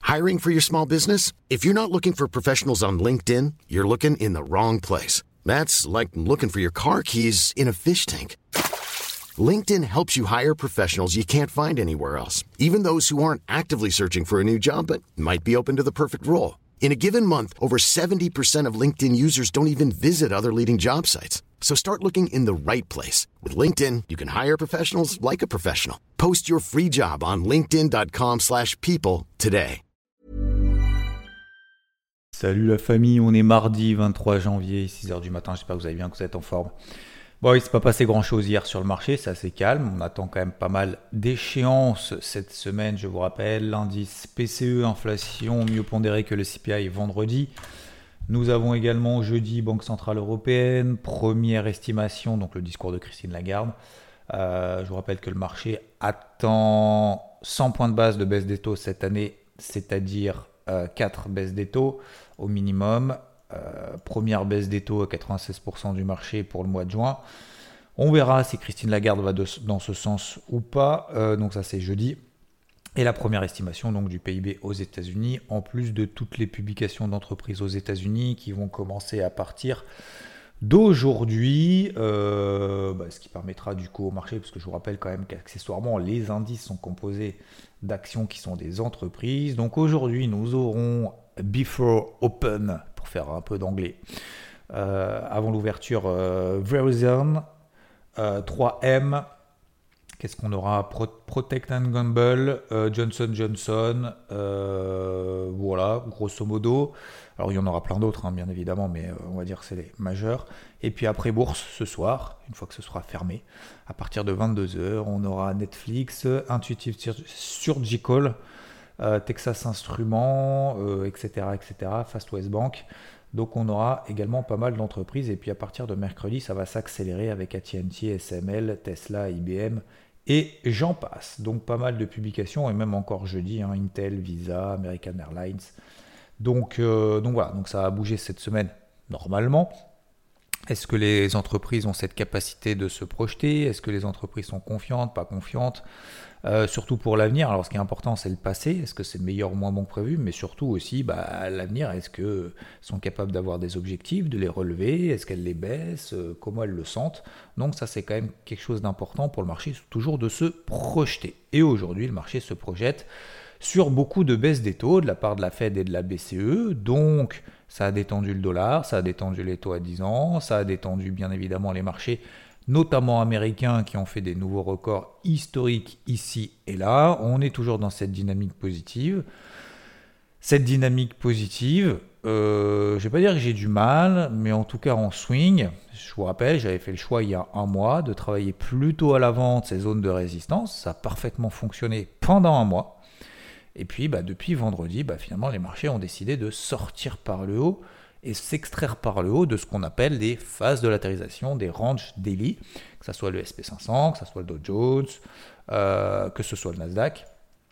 Hiring for your small business? If you're not looking for professionals on LinkedIn, you're looking in the wrong place. That's like looking for your car keys in a fish tank. LinkedIn helps you hire professionals you can't find anywhere else, even those who aren't actively searching for a new job but might be open to the perfect role. In a given month, over 70% of LinkedIn users don't even visit other leading job sites. So start looking in the right place. With LinkedIn, you can hire professionals like a professional. Post your free job on linkedin.com/people today. Salut la famille, on est mardi 23 janvier, 6h du matin, j'espère que vous allez bien, que vous êtes en forme. Bon, il ne s'est pas passé grand chose hier sur le marché, c'est assez calme, on attend quand même pas mal d'échéances cette semaine, je vous rappelle, l'indice PCE, inflation mieux pondéré que le CPI vendredi. Nous avons également jeudi Banque Centrale Européenne, première estimation, donc le discours de Christine Lagarde. Je vous rappelle que le marché attend 100 points de base de baisse des taux cette année, c'est-à-dire 4 baisses des taux au minimum. Première baisse des taux à 96% du marché pour le mois de juin. On verra si Christine Lagarde va dans ce sens ou pas. Donc ça c'est jeudi. Et la première estimation donc, du PIB aux États-Unis, en plus de toutes les publications d'entreprises aux États-Unis qui vont commencer à partir d'aujourd'hui, ce qui permettra du coup au marché, parce que je vous rappelle quand même qu'accessoirement les indices sont composés d'actions qui sont des entreprises. Donc aujourd'hui nous aurons Before Open, pour faire un peu d'anglais, avant l'ouverture, Verizon, 3M, qu'est-ce qu'on aura, Procter & Gamble, Johnson & Johnson, voilà, grosso modo. Alors il y en aura plein d'autres, bien évidemment, mais on va dire que c'est les majeurs. Et puis après bourse, ce soir, une fois que ce sera fermé, à partir de 22h, on aura Netflix, Intuitive Surgical, Texas Instruments, etc., Fast West Bank. Donc on aura également pas mal d'entreprises. Et puis à partir de mercredi, ça va s'accélérer avec AT&T, SML, Tesla, IBM et j'en passe. Donc pas mal de publications et même encore jeudi, Intel, Visa, American Airlines. Donc voilà, donc ça va bouger cette semaine normalement. Est-ce que les entreprises ont cette capacité de se projeter ? Est-ce que les entreprises sont confiantes, pas confiantes ? Surtout pour l'avenir. Alors ce qui est important, c'est le passé. Est-ce que c'est meilleur ou moins bon que prévu ? Mais surtout aussi l'avenir. Est-ce qu'elles sont capables d'avoir des objectifs, de les relever ? Est-ce qu'elles les baissent ? Comment elles le sentent ? Donc ça, c'est quand même quelque chose d'important pour le marché, toujours de se projeter. Et aujourd'hui, le marché se projette sur beaucoup de baisses des taux de la part de la Fed et de la BCE. Donc ça a détendu le dollar, ça a détendu les taux à 10 ans, ça a détendu bien évidemment les marchés, notamment américains qui ont fait des nouveaux records historiques ici et là. On est toujours dans cette dynamique positive. Cette dynamique positive, je ne vais pas dire que j'ai du mal, mais en tout cas en swing. Je vous rappelle, j'avais fait le choix il y a un mois de travailler plutôt à la vente ces zones de résistance. Ça a parfaitement fonctionné pendant un mois. Et puis depuis vendredi, finalement les marchés ont décidé de sortir par le haut et s'extraire par le haut de ce qu'on appelle des phases de latérisation, des ranges daily, que ce soit le SP500, que ce soit le Dow Jones, que ce soit le Nasdaq.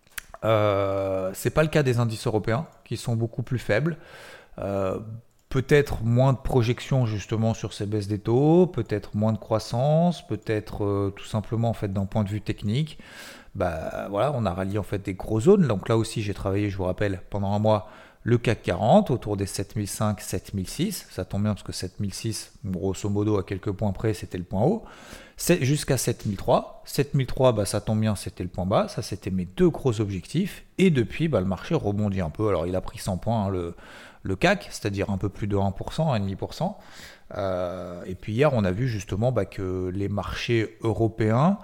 C'est pas le cas des indices européens qui sont beaucoup plus faibles. Peut-être moins de projections justement sur ces baisses des taux, peut-être moins de croissance, peut-être tout simplement en fait d'un point de vue technique. Voilà, on a rallié en fait des grosses zones. Donc là aussi j'ai travaillé, je vous rappelle, pendant un mois le CAC 40 autour des 7005, 7006. Ça tombe bien parce que 7006, grosso modo à quelques points près, c'était le point haut. C'est jusqu'à 7003. 7003, ça tombe bien, c'était le point bas. Ça, c'était mes deux gros objectifs. Et depuis, le marché rebondit un peu. Alors il a pris 100 points, le CAC, c'est-à-dire un peu plus de 1%, 1,5%. Et puis hier, on a vu justement que les marchés européens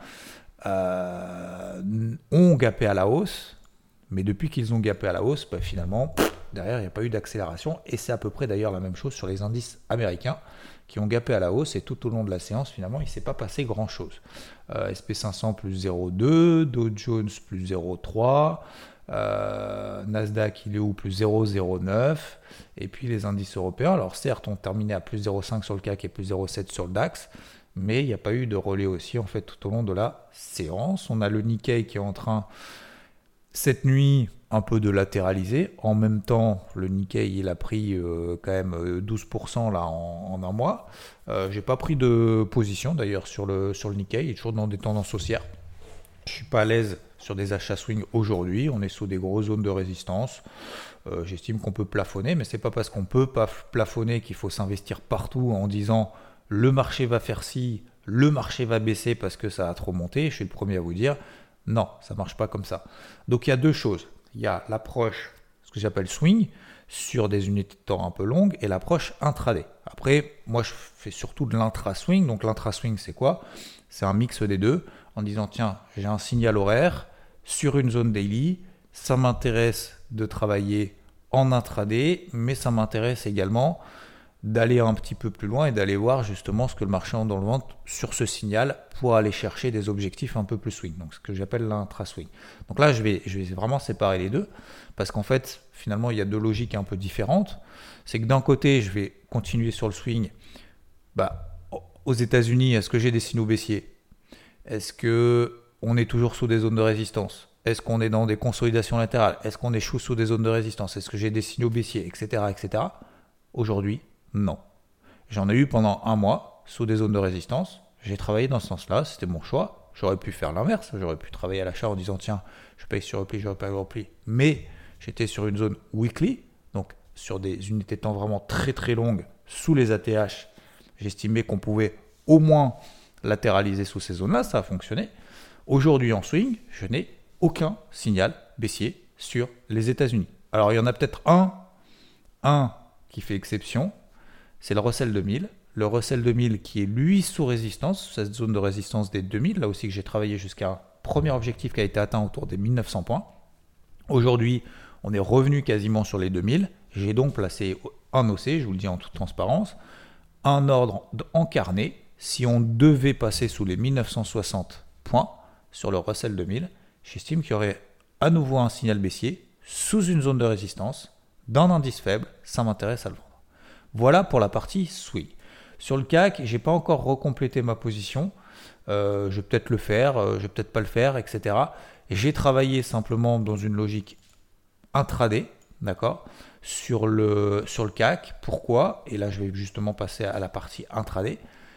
ont gapé à la hausse, mais depuis qu'ils ont gapé à la hausse, finalement, derrière, il n'y a pas eu d'accélération, et c'est à peu près d'ailleurs la même chose sur les indices américains qui ont gapé à la hausse, et tout au long de la séance, finalement, il ne s'est pas passé grand-chose. SP500 plus 0,2, Dow Jones plus 0,3, Nasdaq, il est où ? Plus 0,09, et puis les indices européens, alors certes, ont terminé à plus 0,5 sur le CAC et plus 0,7 sur le DAX, mais il n'y a pas eu de relais aussi en fait tout au long de la séance. On a le Nikkei qui est en train cette nuit un peu de latéraliser. En même temps, le Nikkei il a pris quand même 12% là en un mois. J'ai pas pris de position d'ailleurs sur le Nikkei, il est toujours dans des tendances haussières. Je suis pas à l'aise sur des achats swing aujourd'hui. On est sous des grosses zones de résistance. J'estime qu'on peut plafonner, mais c'est pas parce qu'on peut pas plafonner qu'il faut s'investir partout en disant le marché va faire ci, le marché va baisser parce que ça a trop monté. Je suis le premier à vous dire non, ça marche pas comme ça. Donc il y a deux choses. Il y a l'approche, ce que j'appelle swing, sur des unités de temps un peu longues, et l'approche intraday. Après, moi je fais surtout de l'intra-swing. Donc l'intra-swing, c'est quoi? C'est un mix des deux, en disant tiens, j'ai un signal horaire sur une zone daily, ça m'intéresse de travailler en intraday, mais ça m'intéresse également d'aller un petit peu plus loin et d'aller voir justement ce que le marché a dans le ventre sur ce signal pour aller chercher des objectifs un peu plus swing, donc ce que j'appelle l'intra-swing. Donc là, je vais vraiment séparer les deux, parce qu'en fait, finalement, il y a deux logiques un peu différentes. C'est que d'un côté, je vais continuer sur le swing. Aux États-Unis, est-ce que j'ai des signaux baissiers? Est-ce qu'on est toujours sous des zones de résistance? Est-ce qu'on est dans des consolidations latérales? Est-ce qu'on échoue sous des zones de résistance? Est-ce que j'ai des signaux baissiers, etc., etc. Aujourd'hui, non. J'en ai eu pendant un mois sous des zones de résistance. J'ai travaillé dans ce sens-là, c'était mon choix. J'aurais pu faire l'inverse, j'aurais pu travailler à l'achat en disant tiens, je paye sur repli, je paye sur repli. Mais j'étais sur une zone weekly, donc sur des unités de temps vraiment très très longues sous les ATH. J'estimais qu'on pouvait au moins latéraliser sous ces zones-là, ça a fonctionné. Aujourd'hui en swing, je n'ai aucun signal baissier sur les États-Unis. Alors il y en a peut-être un qui fait exception, c'est le Russell 2000. Le Russell 2000 qui est lui sous résistance, cette zone de résistance des 2000, là aussi que j'ai travaillé jusqu'à un premier objectif qui a été atteint autour des 1900 points. Aujourd'hui, on est revenu quasiment sur les 2000. J'ai donc placé un OC, je vous le dis en toute transparence, un ordre encarné. Si on devait passer sous les 1960 points sur le Russell 2000, j'estime qu'il y aurait à nouveau un signal baissier sous une zone de résistance d'un indice faible, ça m'intéresse à le vendre. Voilà pour la partie swing. Sur le CAC, je n'ai pas encore recomplété ma position. Je vais peut-être le faire, je vais peut-être pas le faire, etc. Et j'ai travaillé simplement dans une logique intraday, d'accord, sur le CAC. Pourquoi? Et là, je vais justement passer à la partie intraday.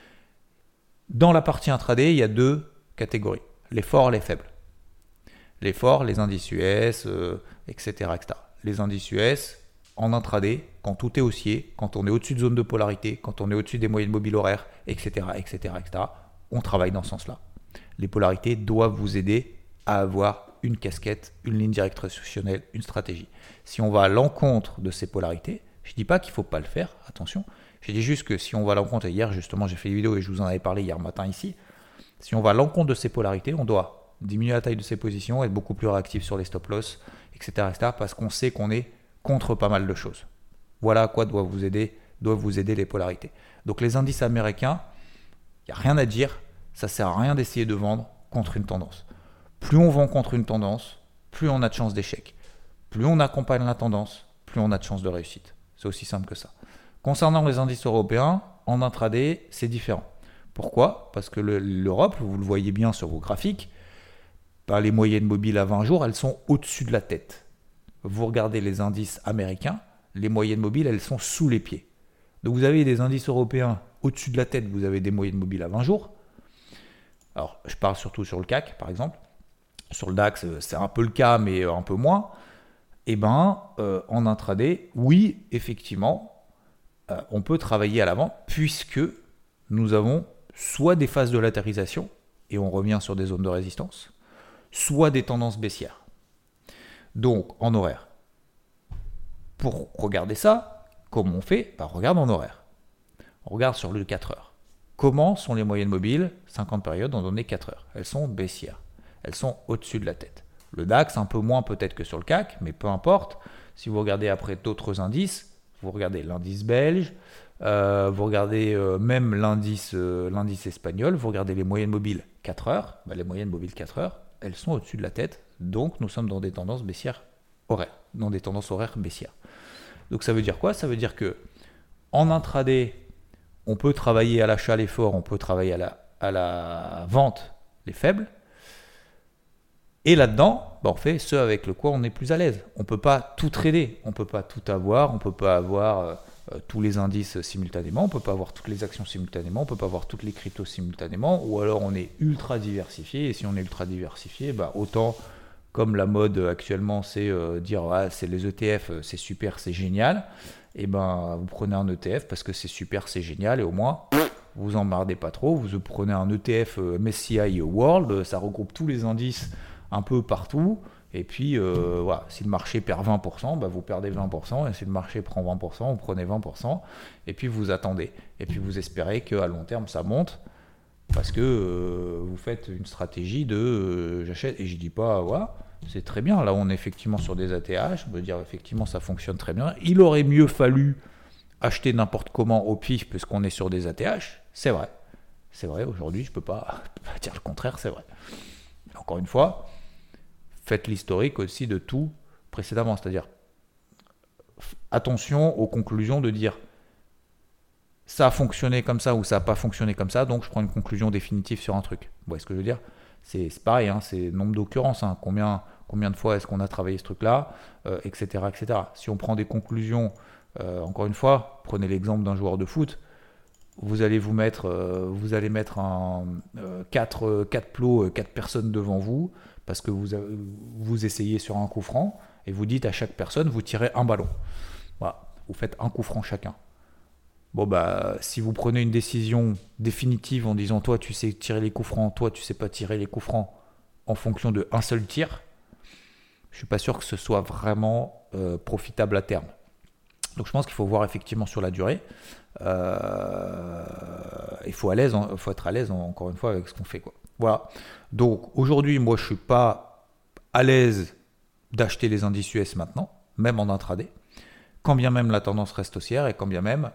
Dans la partie intraday, il y a deux catégories, les forts et les faibles. Les forts, les indices US, etc., etc. Les indices US, en intraday, quand tout est haussier, quand on est au-dessus de zone de polarité, quand on est au-dessus des moyennes mobiles horaires, etc., etc., etc., on travaille dans ce sens-là. Les polarités doivent vous aider à avoir une casquette, une ligne directionnelle, une stratégie. Si on va à l'encontre de ces polarités, je ne dis pas qu'il ne faut pas le faire, attention, je dis juste que si on va à l'encontre, et hier justement j'ai fait une vidéo et je vous en avais parlé hier matin ici, si on va à l'encontre de ces polarités, on doit diminuer la taille de ses positions, être beaucoup plus réactif sur les stop-loss, etc., parce qu'on sait qu'on est contre pas mal de choses. Voilà à quoi doivent vous aider les polarités. Donc les indices américains, il n'y a rien à dire, ça ne sert à rien d'essayer de vendre contre une tendance. Plus on vend contre une tendance, plus on a de chances d'échec. Plus on accompagne la tendance, plus on a de chances de réussite. C'est aussi simple que ça. Concernant les indices européens, en intraday, c'est différent. Pourquoi? Parce que l'Europe, vous le voyez bien sur vos graphiques, les moyennes mobiles à 20 jours, elles sont au-dessus de la tête. Vous regardez les indices américains, les moyennes mobiles, elles sont sous les pieds. Donc vous avez des indices européens au-dessus de la tête, vous avez des moyennes mobiles à 20 jours. Alors, je parle surtout sur le CAC, par exemple. Sur le DAX, c'est un peu le cas, mais un peu moins. En intraday, oui, effectivement, on peut travailler à l'avant, puisque nous avons soit des phases de latérisation, et on revient sur des zones de résistance, soit des tendances baissières. Donc, en horaire. Pour regarder ça, comment on fait? On regarde en horaire. On regarde sur le 4 heures. Comment sont les moyennes mobiles 50 périodes en données 4 heures? Elles sont baissières. Elles sont au-dessus de la tête. Le DAX, un peu moins peut-être que sur le CAC, mais peu importe. Si vous regardez après d'autres indices, vous regardez l'indice belge, vous regardez même l'indice espagnol, vous regardez les moyennes mobiles 4 heures, les moyennes mobiles 4 heures, elles sont au-dessus de la tête. Donc, nous sommes dans des tendances baissières horaires, dans des tendances horaires baissières. Donc, ça veut dire quoi? Ça veut dire que en intraday, on peut travailler à l'achat les forts, on peut travailler à la vente les faibles. Et là-dedans, on fait ce avec le quoi on est plus à l'aise. On ne peut pas tout trader, on ne peut pas tout avoir, on ne peut pas avoir tous les indices simultanément, on ne peut pas avoir toutes les actions simultanément, on ne peut pas avoir toutes les cryptos simultanément, ou alors on est ultra diversifié, et si on est ultra diversifié, autant comme la mode actuellement, c'est dire c'est les ETF, c'est super, c'est génial, et ben vous prenez un ETF parce que c'est super, c'est génial, et au moins vous emmerdez pas trop. Vous prenez un ETF MSCI World, ça regroupe tous les indices un peu partout. Et puis, voilà, si le marché perd 20%, vous perdez 20%. Et si le marché prend 20%, vous prenez 20%. Et puis, vous attendez. Et puis, vous espérez qu'à long terme, ça monte. Parce que vous faites une stratégie de j'achète. Et je dis pas, voilà, c'est très bien. Là, on est effectivement sur des ATH. On peut dire, effectivement, ça fonctionne très bien. Il aurait mieux fallu acheter n'importe comment au pif puisqu'on est sur des ATH. C'est vrai. C'est vrai, aujourd'hui, je peux pas dire le contraire, c'est vrai. Mais encore une fois, faites l'historique aussi de tout précédemment, c'est-à-dire attention aux conclusions de dire ça a fonctionné comme ça ou ça n'a pas fonctionné comme ça, donc je prends une conclusion définitive sur un truc. Vous voyez ce que je veux dire ? C'est pareil, c'est nombre d'occurrences, combien de fois est-ce qu'on a travaillé ce truc-là, etc., etc. Si on prend des conclusions, encore une fois, prenez l'exemple d'un joueur de foot, vous allez mettre 4 plots, 4 personnes devant vous, parce que vous essayez sur un coup franc, et vous dites à chaque personne, vous tirez un ballon. Voilà, vous faites un coup franc chacun. Bon, si vous prenez une décision définitive en disant, toi, tu sais tirer les coups francs, toi, tu sais pas tirer les coups francs, en fonction de un seul tir, je suis pas sûr que ce soit vraiment profitable à terme. Donc je pense qu'il faut voir effectivement sur la durée. Il faut être à l'aise encore une fois avec ce qu'on fait, quoi. Voilà. Donc aujourd'hui, moi je suis pas à l'aise d'acheter les indices US maintenant, même en intraday, quand bien même la tendance reste haussière et quand bien même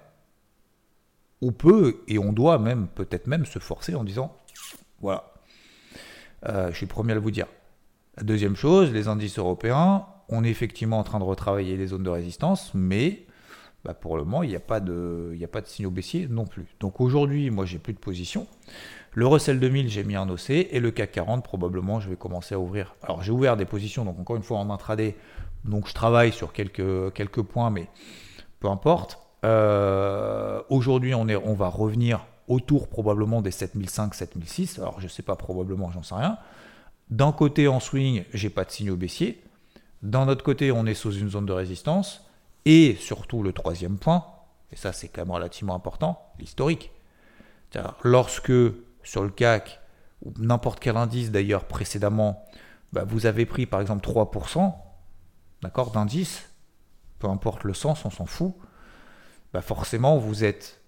on peut et on doit même peut-être même se forcer en disant voilà. Je suis le premier à le vous dire. La deuxième chose, les indices européens, on est effectivement en train de retravailler les zones de résistance, mais pour le moment, il n'y a pas de signaux baissiers non plus. Donc aujourd'hui, moi, j'ai plus de position. Le Russell 2000, j'ai mis un OC, et le CAC 40, probablement, je vais commencer à ouvrir. Alors, j'ai ouvert des positions, donc encore une fois, en intraday, donc je travaille sur quelques points, mais peu importe. Aujourd'hui, on va revenir autour probablement des 7005, 7006. Alors, je ne sais pas, probablement, j'en sais rien. D'un côté, en swing, j'ai pas de signaux baissiers. D'un autre côté, on est sous une zone de résistance. Et surtout le troisième point, et ça c'est quand même relativement important, l'historique. C'est-à-dire, lorsque sur le CAC, ou n'importe quel indice d'ailleurs précédemment, vous avez pris par exemple 3%, d'accord, d'indice, peu importe le sens, on s'en fout, forcément vous êtes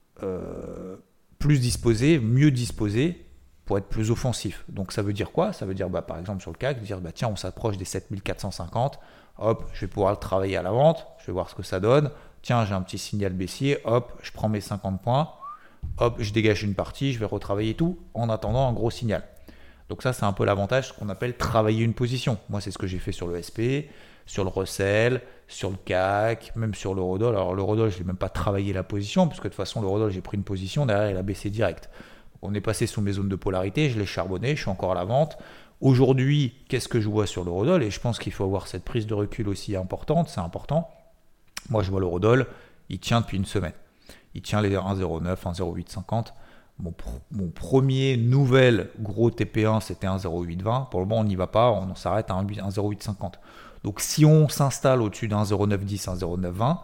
plus disposé, mieux disposé pour être plus offensif. Donc ça veut dire quoi ? Ça veut dire par exemple sur le CAC, dire tiens, on s'approche des 7450, hop, je vais pouvoir le travailler à la vente, je vais voir ce que ça donne. Tiens, j'ai un petit signal baissier, hop, je prends mes 50 points, hop, je dégage une partie, je vais retravailler tout en attendant un gros signal. Donc ça, c'est un peu l'avantage, ce qu'on appelle travailler une position. Moi, c'est ce que j'ai fait sur le SP, sur le Russell, sur le CAC, même sur l'Eurodoll. Alors l'Eurodoll, je n'ai même pas travaillé la position, parce que de toute façon, l'Eurodoll, j'ai pris une position, derrière, il a baissé direct. Donc, on est passé sous mes zones de polarité, je l'ai charbonné, je suis encore à la vente. Aujourd'hui, qu'est-ce que je vois sur l'Eurodoll ? Et je pense qu'il faut avoir cette prise de recul aussi importante, c'est important. Moi, je vois l'Eurodoll, il tient depuis une semaine. Il tient les 1,09, 1,0850. Mon premier nouvel gros TP1, c'était 1,0820. Pour le moment, on n'y va pas, on s'arrête à 1,0850. Donc, si on s'installe au-dessus d'un 1,0910, 1,0920,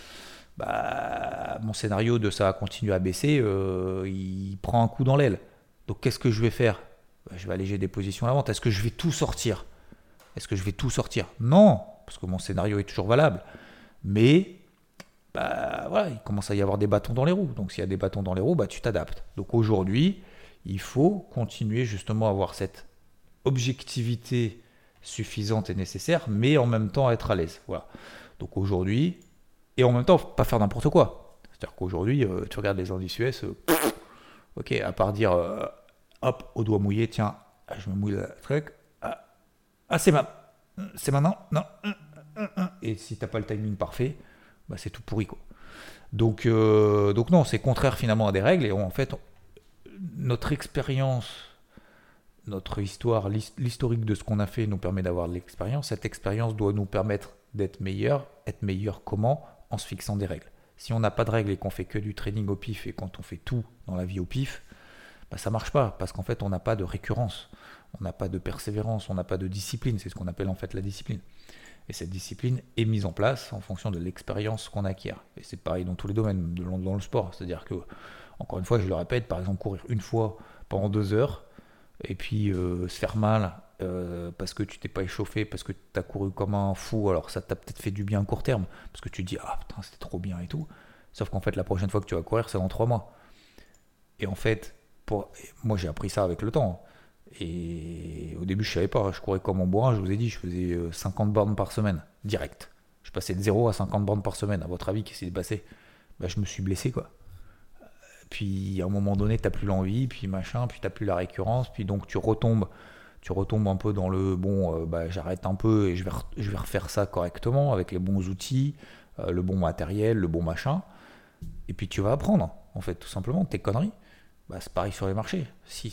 mon scénario de ça va continuer à baisser, il prend un coup dans l'aile. Donc, qu'est-ce que je vais faire ? Je vais alléger des positions à la vente. Est-ce que je vais tout sortir ? Non, parce que mon scénario est toujours valable. Mais voilà, il commence à y avoir des bâtons dans les roues. Donc s'il y a des bâtons dans les roues, tu t'adaptes. Donc aujourd'hui, il faut continuer justement à avoir cette objectivité suffisante et nécessaire, mais en même temps être à l'aise. Voilà. Donc aujourd'hui, et en même temps, pas faire n'importe quoi. C'est-à-dire qu'aujourd'hui, tu regardes les indices US, ok, à part dire hop, au doigt mouillé, tiens, je me mouille le truc. C'est maintenant. Non. Et si t'as pas le timing parfait, c'est tout pourri, quoi. Donc non, c'est contraire finalement à des règles. Et en fait, notre expérience, notre histoire, l'historique de ce qu'on a fait nous permet d'avoir de l'expérience. Cette expérience doit nous permettre d'être meilleur. Être meilleur comment ? En se fixant des règles. Si on n'a pas de règles et qu'on fait que du trading au pif et quand on fait tout dans la vie au pif, ça marche pas, parce qu'en fait, on n'a pas de récurrence, on n'a pas de persévérance, on n'a pas de discipline, c'est ce qu'on appelle en fait la discipline. Et cette discipline est mise en place en fonction de l'expérience qu'on acquiert. Et c'est pareil dans tous les domaines, dans le sport. C'est-à-dire que, encore une fois, je le répète, par exemple, courir une fois pendant 2 heures, et puis se faire mal parce que tu t'es pas échauffé, parce que tu as couru comme un fou, alors ça t'a peut-être fait du bien à court terme, parce que tu te dis, ah putain, c'était trop bien et tout. Sauf qu'en fait, la prochaine fois que tu vas courir, c'est dans 3 mois. Et en fait, moi j'ai appris ça avec le temps. Et au début, je savais pas. Je courais comme un bourrin. Je vous ai dit, je faisais 50 bornes par semaine, direct. Je passais de 0 à 50 bornes par semaine. À votre avis, qu'est-ce qui s'est passé? Je me suis blessé, quoi. Puis à un moment donné, t'as plus l'envie, puis machin, puis t'as plus la récurrence, puis donc tu retombes un peu dans le bon. J'arrête un peu et je vais refaire ça correctement avec les bons outils, le bon matériel, le bon machin. Et puis tu vas apprendre, en fait, tout simplement, tes conneries. C'est pareil sur les marchés.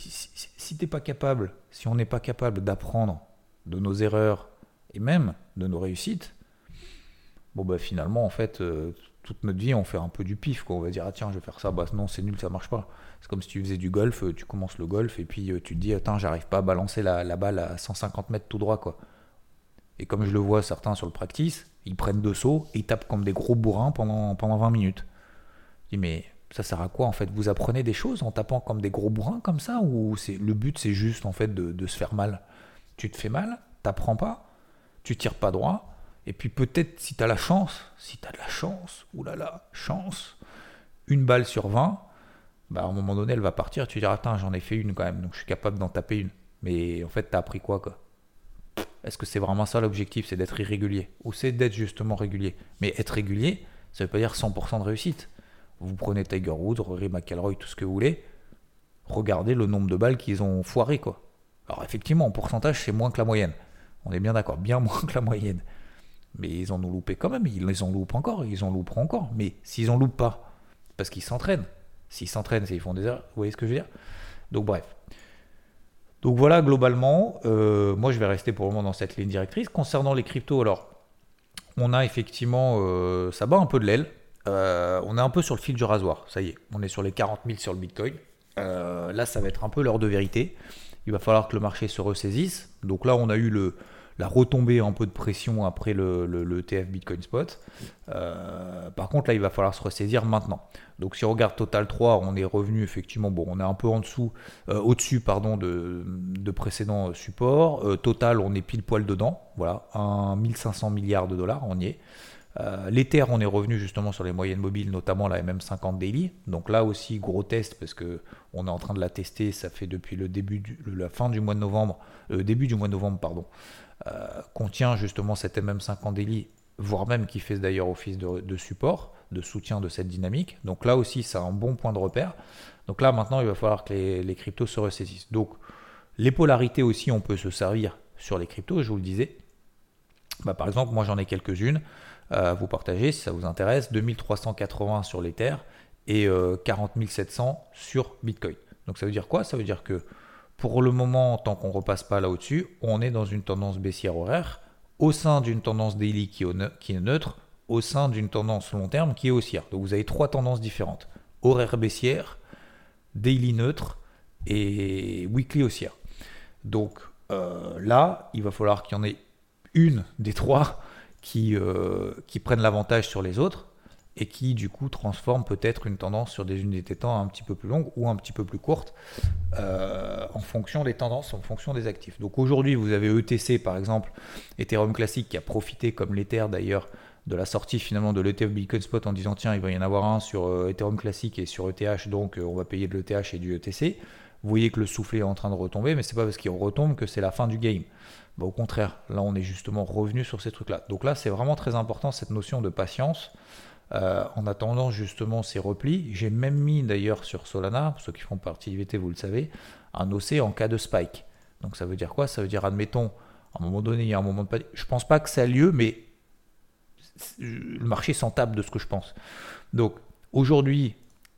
Si t'es pas capable, si on n'est pas capable d'apprendre de nos erreurs et même de nos réussites, finalement, en fait, toute notre vie, on fait un peu du pif, quoi. On va dire, ah tiens, je vais faire ça, non, c'est nul, ça marche pas. C'est comme si tu faisais du golf, tu commences le golf et puis tu te dis, attends, j'arrive pas à balancer la balle à 150 mètres tout droit, quoi. Et comme je le vois certains sur le practice, ils prennent 2 sauts et ils tapent comme des gros bourrins pendant 20 minutes. Je dis, mais ça sert à quoi en fait? Vous apprenez des choses en tapant comme des gros bourrins comme ça, ou le but c'est juste en fait de se faire mal? Tu te fais mal, t'apprends pas, tu tires pas droit, et puis peut-être si t'as de la chance, oulala, chance, une balle sur 20, à un moment donné elle va partir, tu te diras, attends, j'en ai fait une quand même, donc je suis capable d'en taper une. Mais en fait t'as appris quoi? Est-ce que c'est vraiment ça l'objectif? C'est d'être irrégulier, ou c'est d'être justement régulier? Mais être régulier, ça veut pas dire 100% de réussite. Vous prenez Tiger Woods, Rory McIlroy, tout ce que vous voulez, regardez le nombre de balles qu'ils ont foiré, quoi. Alors effectivement, en pourcentage, c'est moins que la moyenne. On est bien d'accord, bien moins que la moyenne. Mais ils en ont loupé quand même, ils les en loupent encore, ils en louperont encore. Mais s'ils en loupent pas, parce qu'ils s'entraînent. S'ils s'entraînent, c'est qu'ils font des erreurs. Vous voyez ce que je veux dire? Donc bref. Donc voilà, globalement, moi je vais rester pour le moment dans cette ligne directrice. Concernant les cryptos, alors, on a effectivement, ça bat un peu de l'aile. On est un peu sur le fil du rasoir, ça y est, on est sur les 40 000 sur le Bitcoin. Là, ça va être un peu l'heure de vérité. Il va falloir que le marché se ressaisisse. Donc là, on a eu la retombée un peu de pression après le ETF Bitcoin Spot. Par contre, là, il va falloir se ressaisir maintenant. Donc si on regarde Total 3, on est revenu effectivement, on est un peu au-dessus de précédents supports. Total, on est pile poil dedans. Voilà, 1500 milliards de dollars, on y est. L'Ether, on est revenu justement sur les moyennes mobiles, notamment la MM50 Daily. Donc là aussi, gros test parce que on est en train de la tester. Ça fait depuis le début la fin du mois de novembre, début du mois de novembre, pardon, qu'on tient justement cette MM50 Daily, voire même qui fait d'ailleurs office de support, de soutien de cette dynamique. Donc là aussi, c'est un bon point de repère. Donc là, maintenant, il va falloir que les cryptos se ressaisissent. Donc les polarités aussi, on peut se servir sur les cryptos, je vous le disais. Par exemple, moi j'en ai quelques-unes. Vous partagez si ça vous intéresse, 2380 sur l'Ether et 40 700 sur Bitcoin. Donc ça veut dire quoi? Ça veut dire que pour le moment, tant qu'on ne repasse pas là au-dessus, on est dans une tendance baissière horaire, au sein d'une tendance daily qui est neutre, au sein d'une tendance long terme qui est haussière. Donc vous avez 3 tendances différentes: horaire baissière, daily neutre et weekly haussière. Donc là, il va falloir qu'il y en ait une des 3 qui prennent l'avantage sur les autres et qui du coup transforment peut-être une tendance sur des unités de temps un petit peu plus longues ou un petit peu plus courtes en fonction des tendances, en fonction des actifs. Donc aujourd'hui vous avez ETC par exemple, Ethereum classique, qui a profité comme l'Ether d'ailleurs de la sortie finalement de l'ETF Bitcoin Spot en disant tiens, il va y en avoir un sur Ethereum classique et sur ETH, donc on va payer de l'ETH et du ETC. Vous voyez que le soufflet est en train de retomber, mais c'est pas parce qu'il retombe que c'est la fin du game. Au contraire, là on est justement revenu sur ces trucs-là. Donc là c'est vraiment très important cette notion de patience en attendant justement ces replis. J'ai même mis d'ailleurs sur Solana, pour ceux qui font partie du VT vous le savez, un OC en cas de spike. Donc ça veut dire quoi? Ça veut dire, admettons, à un moment donné il y a un moment de panique. Je pense pas que ça a lieu, mais le marché s'en tape de ce que je pense. Donc aujourd'hui,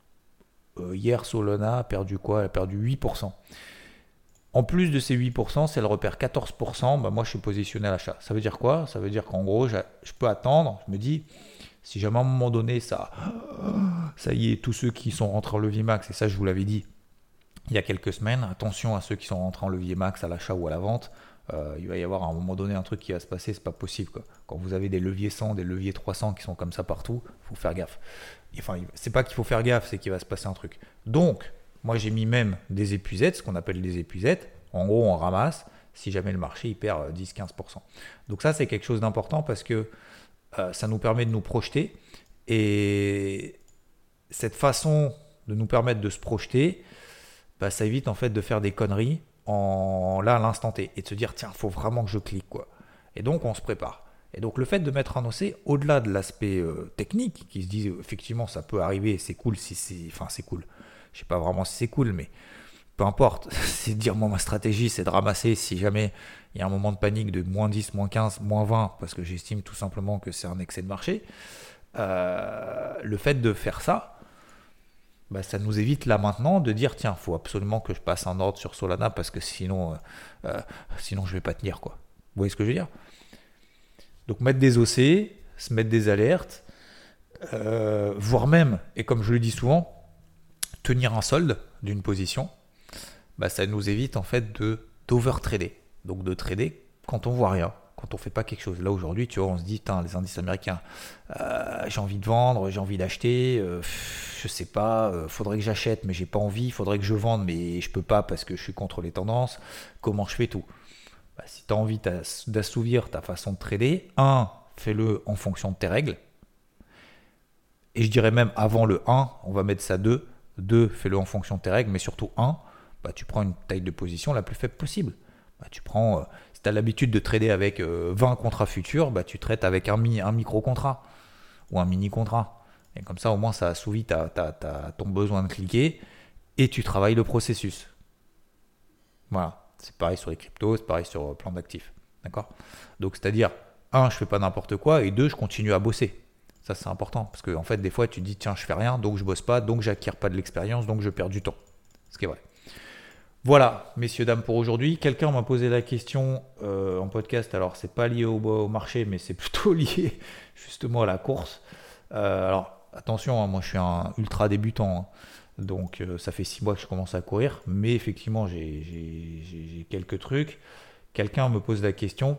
hier Solana a perdu quoi? Elle a perdu 8%. En plus de ces 8%, si elle repère 14%, moi je suis positionné à l'achat. Ça veut dire quoi? Ça veut dire qu'en gros, je peux attendre. Je me dis, si jamais à un moment donné, ça y est, tous ceux qui sont rentrés en levier max, et ça je vous l'avais dit, il y a quelques semaines. Attention à ceux qui sont rentrés en levier max à l'achat ou à la vente. Il va y avoir à un moment donné un truc qui va se passer, c'est pas possible, quoi. Quand vous avez des leviers 100, des leviers 300 qui sont comme ça partout, il faut faire gaffe. Enfin, c'est pas qu'il faut faire gaffe, c'est qu'il va se passer un truc. Donc, moi j'ai mis même des épuisettes, ce qu'on appelle des épuisettes. En gros, on ramasse si jamais le marché il perd 10-15%. Donc ça, c'est quelque chose d'important parce que ça nous permet de nous projeter. Et cette façon de nous permettre de se projeter, bah, ça évite en fait de faire des conneries là à l'instant T et de se dire tiens, il faut vraiment que je clique, quoi. Et donc on se prépare. Et donc le fait de mettre un OC, au-delà de l'aspect technique, qui se dit effectivement ça peut arriver, c'est cool si c'est, enfin c'est cool. Je sais pas vraiment si c'est cool, mais peu importe. C'est de dire moi ma stratégie c'est de ramasser si jamais il y a un moment de panique de moins 10, moins 15, moins 20, parce que j'estime tout simplement que c'est un excès de marché. Le fait de faire ça, bah, ça nous évite là maintenant de dire tiens, faut absolument que je passe un ordre sur Solana parce que sinon je vais pas tenir, quoi. Vous voyez ce que je veux dire? Donc mettre des OC, se mettre des alertes, voire même, et comme je le dis souvent, tenir un solde d'une position, bah, ça nous évite en fait d'overtrader. Donc de trader quand on voit rien, quand on fait pas quelque chose. Là aujourd'hui, tu vois, on se dit, les indices américains, j'ai envie de vendre, j'ai envie d'acheter, je sais pas, faudrait que j'achète mais j'ai pas envie, faudrait que je vende mais je peux pas parce que je suis contre les tendances, comment je fais tout? Bah, si tu as envie d'assouvir ta façon de trader, fais-le en fonction de tes règles. Et je dirais même avant le 1, on va mettre ça 2. 2, fais-le en fonction de tes règles, mais surtout 1, bah, tu prends une taille de position la plus faible possible. Bah, tu prends, si tu as l'habitude de trader avec 20 contrats futurs, bah, tu traites avec un micro-contrat ou un mini-contrat. Et comme ça, au moins, ça assouvit ton besoin de cliquer et tu travailles le processus. Voilà. C'est pareil sur les cryptos, c'est pareil sur plein d'actifs. D'accord? Donc, c'est-à-dire, 1, je fais pas n'importe quoi, et 2, je continue à bosser. Ça, c'est important. Parce que, en fait, des fois, tu te dis, tiens, je fais rien, donc je bosse pas, donc j'acquiers pas de l'expérience, donc je perds du temps. Ce qui est vrai. Voilà, messieurs, dames, pour aujourd'hui. Quelqu'un m'a posé la question en podcast. Alors, c'est pas lié au marché, mais c'est plutôt lié justement à la course. Alors, attention, hein, moi, je suis un ultra débutant. Hein. Donc ça fait 6 mois que je commence à courir, mais effectivement j'ai quelques trucs. Quelqu'un me pose la question,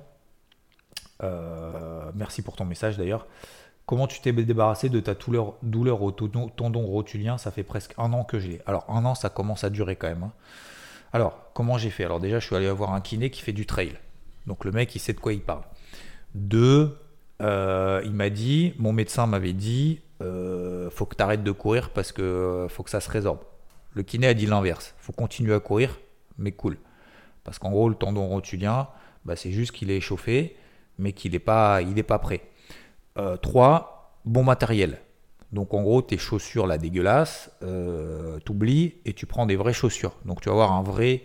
merci pour ton message d'ailleurs, comment tu t'es débarrassé de ta douleur au tendon rotulien? Ça fait presque 1 an que je l'ai. Alors 1 an ça commence à durer quand même. Hein. Alors comment j'ai fait? Alors déjà je suis allé voir un kiné qui fait du trail, donc le mec il sait de quoi il parle. 2, il m'a dit, mon médecin m'avait dit, faut que tu arrêtes de courir parce que faut que ça se résorbe. Le kiné a dit l'inverse, faut continuer à courir, mais cool. Parce qu'en gros, le tendon rotulien, bah, c'est juste qu'il est échauffé, mais qu'il n'est pas prêt. 3, bon matériel. Donc en gros, tes chaussures là dégueulasses, t'oublies et tu prends des vraies chaussures. Donc tu vas avoir un vrai...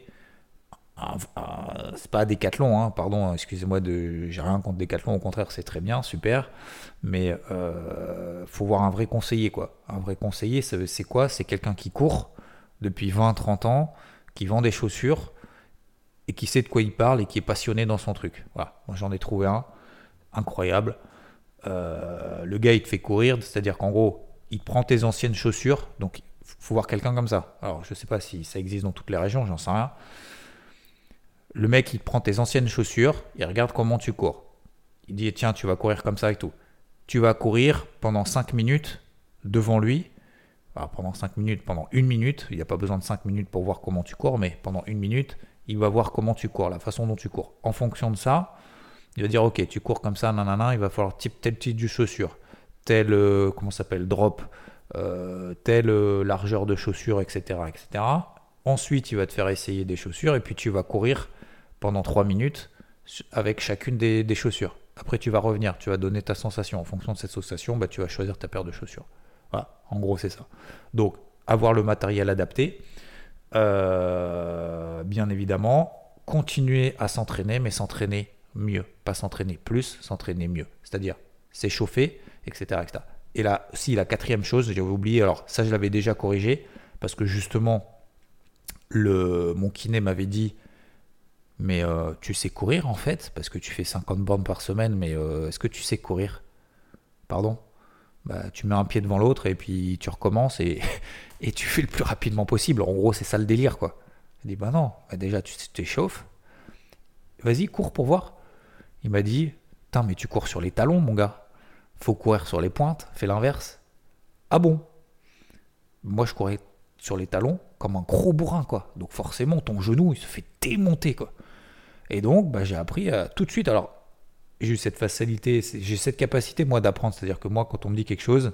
c'est pas Decathlon, hein, pardon, excusez-moi, j'ai rien contre Decathlon, au contraire c'est très bien, super, mais faut voir un vrai conseiller, quoi. Un vrai conseiller, c'est quoi? C'est quelqu'un qui court depuis 20-30 ans, qui vend des chaussures et qui sait de quoi il parle et qui est passionné dans son truc. Voilà, moi j'en ai trouvé un incroyable. Le gars il te fait courir, c'est-à-dire qu'en gros il te prend tes anciennes chaussures, donc il faut voir quelqu'un comme ça. Alors je sais pas si ça existe dans toutes les régions, j'en sais rien. Le mec, il prend tes anciennes chaussures, il regarde comment tu cours. Il dit, tiens, tu vas courir comme ça et tout. Tu vas courir pendant 5 minutes devant lui. Alors, pendant 5 minutes, pendant 1 minute, il n'y a pas besoin de 5 minutes pour voir comment tu cours, mais pendant 1 minute, il va voir comment tu cours, la façon dont tu cours. En fonction de ça, il va dire, ok, tu cours comme ça, nanana, il va falloir tel type de chaussure, tel, comment ça s'appelle, drop, telle largeur de chaussure, etc., etc. Ensuite, il va te faire essayer des chaussures et puis tu vas courir pendant 3 minutes avec chacune des chaussures. Après, tu vas revenir, tu vas donner ta sensation. En fonction de cette sensation, bah, tu vas choisir ta paire de chaussures. Voilà, en gros, c'est ça. Donc, avoir le matériel adapté, bien évidemment, continuer à s'entraîner, mais s'entraîner mieux. Pas s'entraîner plus, s'entraîner mieux. C'est-à-dire s'échauffer, etc., etc. Et là, si la 4e chose, j'avais oublié, alors ça, je l'avais déjà corrigé, parce que justement, mon kiné m'avait dit, mais tu sais courir en fait, parce que tu fais 50 bornes par semaine, mais est-ce que tu sais courir? Pardon? bah, tu mets un pied devant l'autre et puis tu recommences et, et tu fais le plus rapidement possible. En gros, c'est ça le délire, quoi. Il dit, bah non, bah déjà, tu t'échauffes. Vas-y, cours pour voir. Il m'a dit, putain, mais tu cours sur les talons, mon gars. Faut courir sur les pointes, fais l'inverse. Ah bon? Moi, je courais sur les talons comme un gros bourrin, quoi. Donc forcément, ton genou, il se fait démonter, quoi. Et donc, bah, j'ai appris tout de suite. Alors, j'ai eu cette facilité, j'ai cette capacité, moi, d'apprendre. C'est-à-dire que moi, quand on me dit quelque chose,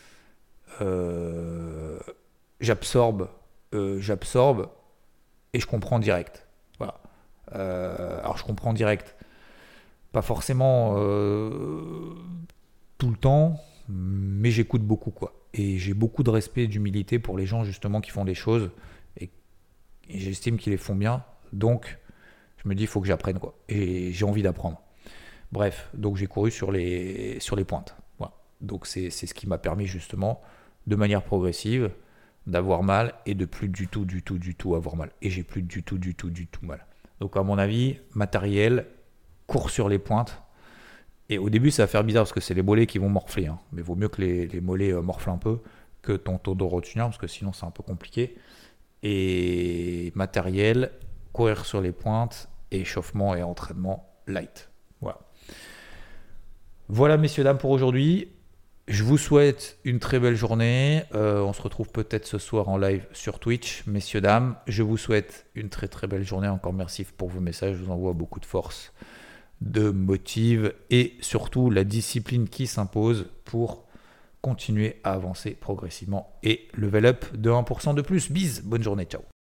euh, j'absorbe, j'absorbe et je comprends direct. Voilà. Alors, je comprends direct. Pas forcément tout le temps, mais j'écoute beaucoup, quoi. Et j'ai beaucoup de respect et d'humilité pour les gens, justement, qui font des choses et, et j'estime qu'ils les font bien. Donc, je me dis, il faut que j'apprenne, quoi. Et j'ai envie d'apprendre. Bref, donc j'ai couru sur les pointes. Voilà. Donc c'est ce qui m'a permis justement, de manière progressive, d'avoir mal et de plus du tout avoir mal. Et j'ai plus du tout mal. Donc à mon avis, matériel, cours sur les pointes. Et au début, ça va faire bizarre parce que c'est les mollets qui vont morfler. Hein. Mais il vaut mieux que les mollets morflent un peu que ton taux de retenue parce que sinon c'est un peu compliqué. Et matériel, courir sur les pointes, et échauffement et entraînement light. Voilà. Voilà, messieurs, dames, pour aujourd'hui. Je vous souhaite une très belle journée. On se retrouve peut-être ce soir en live sur Twitch. Messieurs, dames, je vous souhaite une très très belle journée. Encore merci pour vos messages. Je vous envoie beaucoup de force, de motive et surtout la discipline qui s'impose pour continuer à avancer progressivement et level up de 1% de plus. Bise, bonne journée, ciao.